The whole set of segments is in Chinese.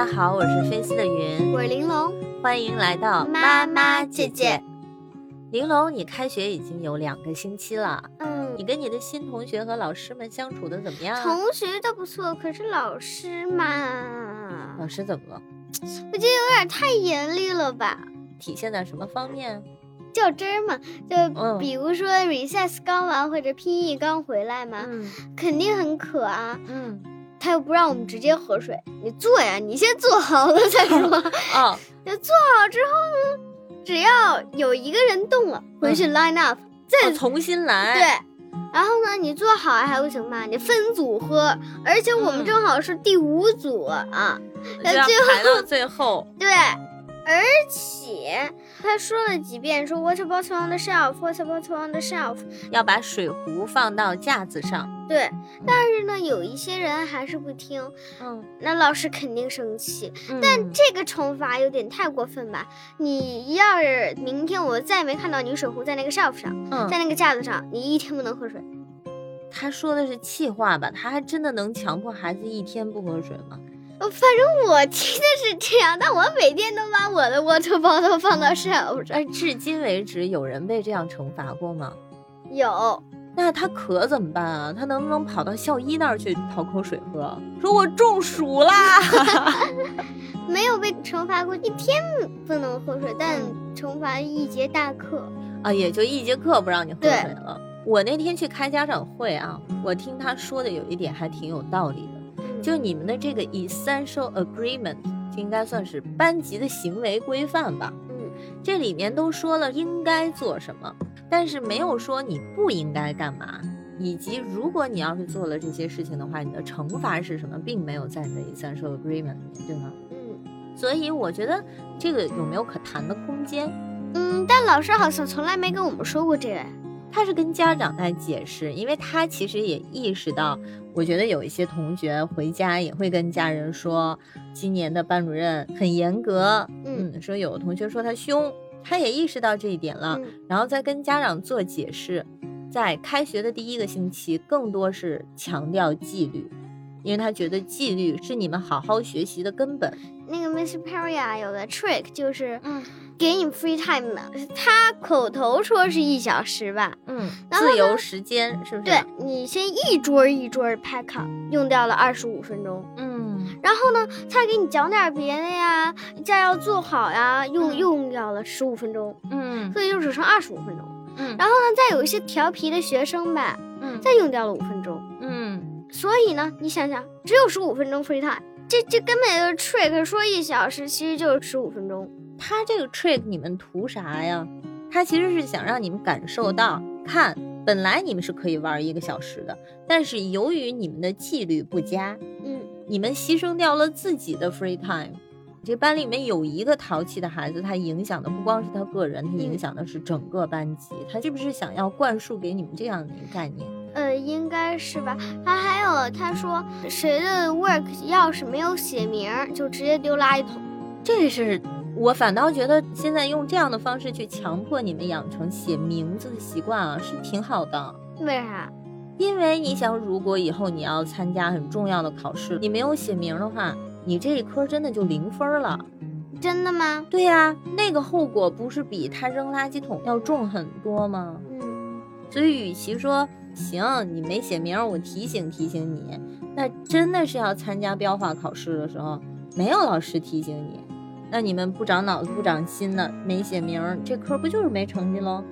家好，我是菲斯的云， 我是玲珑， 欢迎来到妈妈姐姐。 玲珑，你开学已经有2个星期了，你跟你的新同学和老师们相处的怎么样？ 同学倒不错，可是老师嘛， 老师怎么了？ 我觉得有点太严厉了吧。 体现在什么方面？ 较真嘛，就比如说 recess 刚完或者 PE 刚回来嘛，肯定很渴啊，他又不让我们直接喝水，你坐呀，你先坐好了再说。就坐好之后呢，只要有一个人动了，回去 line up，再重新来。 对，然后呢，你坐好还不行吧？你分组喝，而且我们正好是第5组啊， 就要排到最后。 对。而且他说了几遍，说 water bottle on the shelf， water bottle on the shelf， 要把水壶放到架子上。 对，但是呢，有一些人还是不听，那老师肯定生气。但这个惩罚有点太过分吧？你要是明天我再没看到你水壶在那个 shelf 上，在那个架子上，你1天不能喝水。 他说的是气话吧？他还真的能强迫孩子1天不喝水吗？ 反正我听的是这样，但我每天都把我的 water bottle 放到 shelf 上。 至今为止有人被这样惩罚过吗？ 有。 那他渴怎么办啊？他能不能跑到校医那儿去讨口水喝？说我中暑啦。 没有被惩罚过1天不能喝水，但惩罚1节大课啊，也就1节课不让你喝水了。我那天去开家长会啊，我听他说的有一点还挺有道理的。就你们的这个 essential agreement 就应该算是班级的行为规范吧。这里面都说了应该做什么，但是没有说你不应该干嘛，以及如果你要是做了这些事情的话，你的惩罚是什么，并没有在你的 essential agreement 里面，对吗？所以我觉得这个有没有可谈的空间？ 但老师好像从来没跟我们说过这个。 他是跟家长在解释，因为他其实也意识到，我觉得有一些同学回家也会跟家人说，今年的班主任很严格，说有的同学说他凶，他也意识到这一点了，然后再跟家长做解释。在开学的第1个星期，更多是强调纪律，因为他觉得纪律是你们好好学习的根本。 那个 Mr. Perry 有个 trick 就是给你 free time， 他口头说是1小时吧， 自由时间是不是？ 对，你先一桌一桌 pack up， 用掉了25分钟，然后呢，他给你讲点别的呀，家要做好呀，用掉了15分钟，所以就只剩25分钟，然后呢，再有一些调皮的学生吧，再用掉了5分钟，所以呢，你想想，只有15分钟 free time。这根本就是 trick， 说1小时其实就是15分钟。 他这个 trick 你们图啥呀？他其实是想让你们感受到，看本来你们是可以玩1个小时的，但是由于你们的纪律不佳，你们牺牲掉了自己的 free time。这班里面有一个淘气的孩子，他影响的不光是他个人，他影响的是整个班级。他是不是想要灌输给你们这样的一个概念？ 应该是吧。还有他说谁的 work 要是没有写名就直接丢垃圾桶。 这是我反倒觉得现在用这样的方式去强迫你们养成写名字的习惯啊，是挺好的。 为啥？ 因为你想，如果以后你要参加很重要的考试，你没有写名的话，你这一科真的就0分了。 真的吗？ 对呀，那个后果不是比他扔垃圾桶要重很多吗？所以与其说行你没写名我提醒提醒你，那真的是要参加标化考试的时候没有老师提醒你，那你们不长脑子不长心的没写名，这科不就是没成绩咯？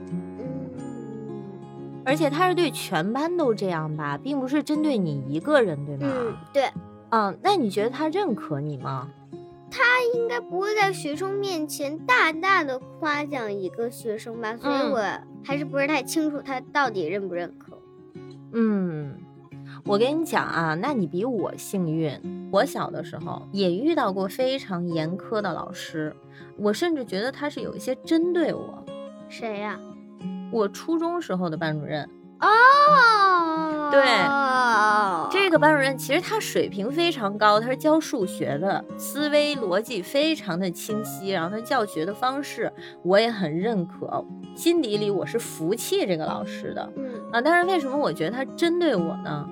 而且他是对全班都这样吧，并不是针对你一个人，对吗？ 对。 那你觉得他认可你吗？ 他应该不会在学生面前大大的夸奖一个学生吧，所以我还是不是太清楚他到底认不认可。 我跟你讲啊，那你比我幸运。我小的时候也遇到过非常严苛的老师，我甚至觉得他是有一些针对我。 谁呀？ 我初中时候的班主任。 对， 这个班主任其实他水平非常高，他是教数学的，思维逻辑非常的清晰，然后他教学的方式我也很认可，心底里我是服气这个老师的。但是为什么我觉得他针对我呢？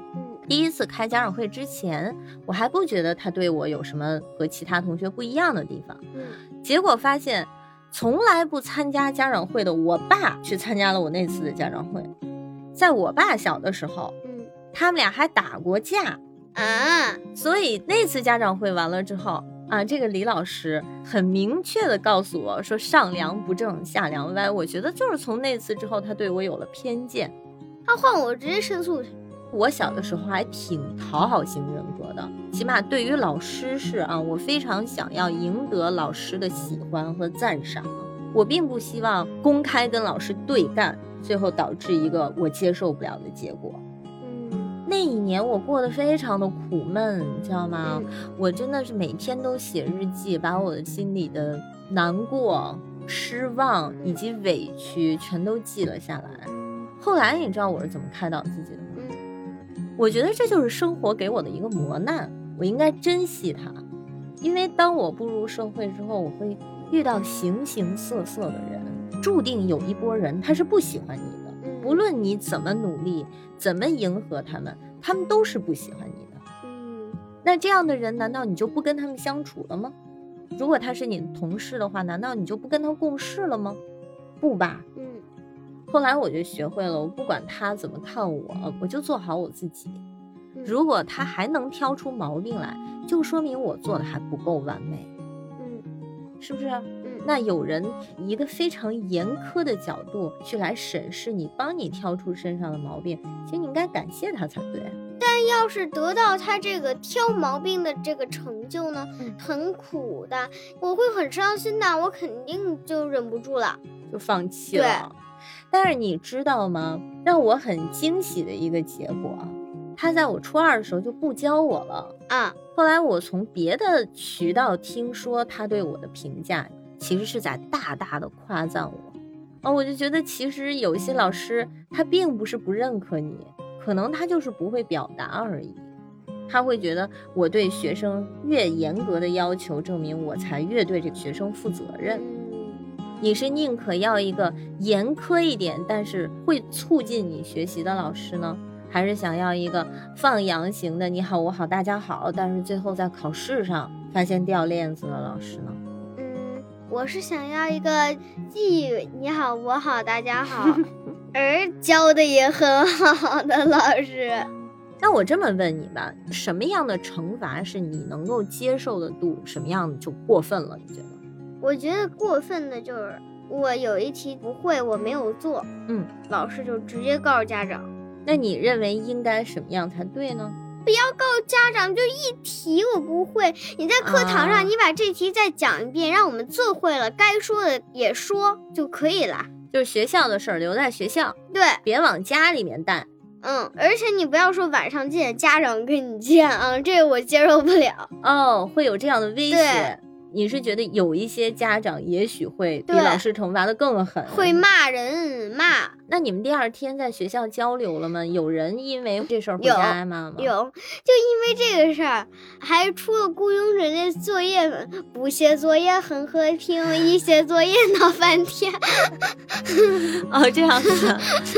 第一次开家长会之前，我还不觉得他对我有什么和其他同学不一样的地方。结果发现从来不参加家长会的我爸去参加了我那次的家长会。在我爸小的时候，他们俩还打过架啊，所以那次家长会完了之后啊，这个李老师很明确的告诉我说，上梁不正下梁歪。我觉得就是从那次之后，他对我有了偏见。 他换我直接申诉去。 我小的时候还挺讨好型人格的，起码对于老师是啊，我非常想要赢得老师的喜欢和赞赏。我并不希望公开跟老师对干，最后导致一个我接受不了的结果。那一年我过得非常的苦闷，你知道吗？我真的是每天都写日记，把我的心里的难过、失望以及委屈全都记了下来。后来你知道我是怎么开导自己的吗？我觉得这就是生活给我的一个磨难，我应该珍惜它。因为当我步入社会之后，我会遇到形形色色的人，注定有一波人他是不喜欢你的，不论你怎么努力，怎么迎合他们都是不喜欢你的。那这样的人难道你就不跟他们相处了吗？如果他是你的同事的话，难道你就不跟他共事了吗？不吧。后来我就学会了，我不管他怎么看我，我就做好我自己。如果他还能挑出毛病来，就说明我做的还不够完美。是不是？那有人以一个非常严苛的角度去来审视你，帮你挑出身上的毛病，其实你应该感谢他才对。 但要是得到他这个挑毛病的这个成就呢，很苦的，我会很伤心的，我肯定就忍不住了， 就放弃了。但是你知道吗？让我很惊喜的一个结果，他在我初2的时候就不教我了啊。后来我从别的渠道听说他对我的评价，其实是在大大的夸赞我。我就觉得其实有一些老师他并不是不认可你，可能他就是不会表达而已。他会觉得我对学生越严格的要求，证明我才越对这个学生负责任。你是宁可要一个严苛一点但是会促进你学习的老师呢，还是想要一个放羊型的你好我好大家好，但是最后在考试上发现掉链子的老师呢？ 我是想要一个既你好我好大家好而教的也很好的老师。 那我这么问你吧，什么样的惩罚是你能够接受的度，什么样的就过分了？你觉得？ 我觉得过分的就是我有一题不会，我没有做，老师就直接告诉家长。 那你认为应该什么样才对呢？ 不要告诉家长，就一题我不会，你在课堂上你把这题再讲一遍，让我们做会了，该说的也说就可以了。 就是学校的事儿留在学校， 对， 别往家里面带。 而且你不要说晚上见，家长跟你见啊，这个我接受不了。 会有这样的威胁。你是觉得有一些家长也许会比老师惩罚的更狠， 会骂人骂。 那你们第2天在学校交流了吗？有人因为这事儿回家挨骂吗？ 有，就因为这个事儿还出了雇佣人的作业，不写作业很和平，一写作业闹翻天。 这样子。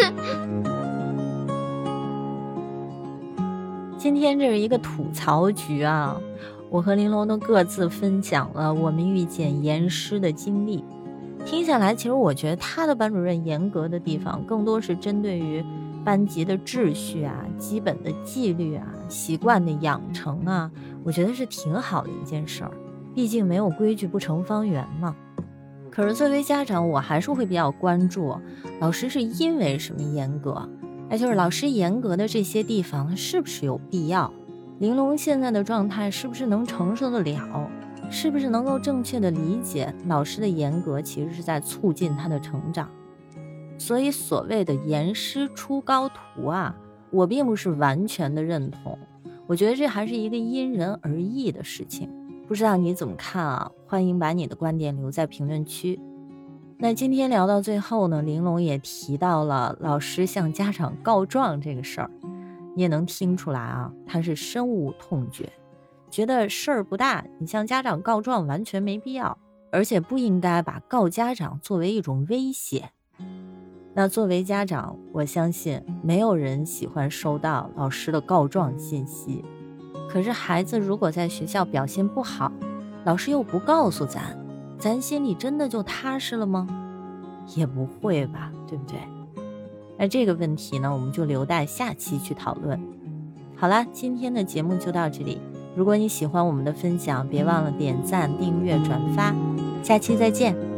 今天这是一个吐槽局啊，我和玲珑都各自分享了我们遇见严师的经历。听下来，其实我觉得他的班主任严格的地方更多是针对于班级的秩序啊、基本的纪律啊、习惯的养成啊，我觉得是挺好的一件事儿，毕竟没有规矩不成方圆嘛。可是作为家长，我还是会比较关注老师是因为什么严格，就是老师严格的这些地方是不是有必要，玲珑现在的状态是不是能承受得了，是不是能够正确的理解老师的严格其实是在促进他的成长。所以所谓的严师出高徒啊，我并不是完全的认同，我觉得这还是一个因人而异的事情。不知道你怎么看啊？欢迎把你的观点留在评论区。那今天聊到最后呢，玲珑也提到了老师向家长告状这个事儿，你也能听出来啊，他是深恶痛绝，觉得事儿不大，你向家长告状完全没必要，而且不应该把告家长作为一种威胁。 那作为家长，我相信没有人喜欢收到老师的告状信息。可是孩子如果在学校表现不好，老师又不告诉咱心里真的就踏实了吗？也不会吧，对不对？那这个问题呢，我们就留待下期去讨论。好啦，今天的节目就到这里。如果你喜欢我们的分享，别忘了点赞、订阅、转发。下期再见。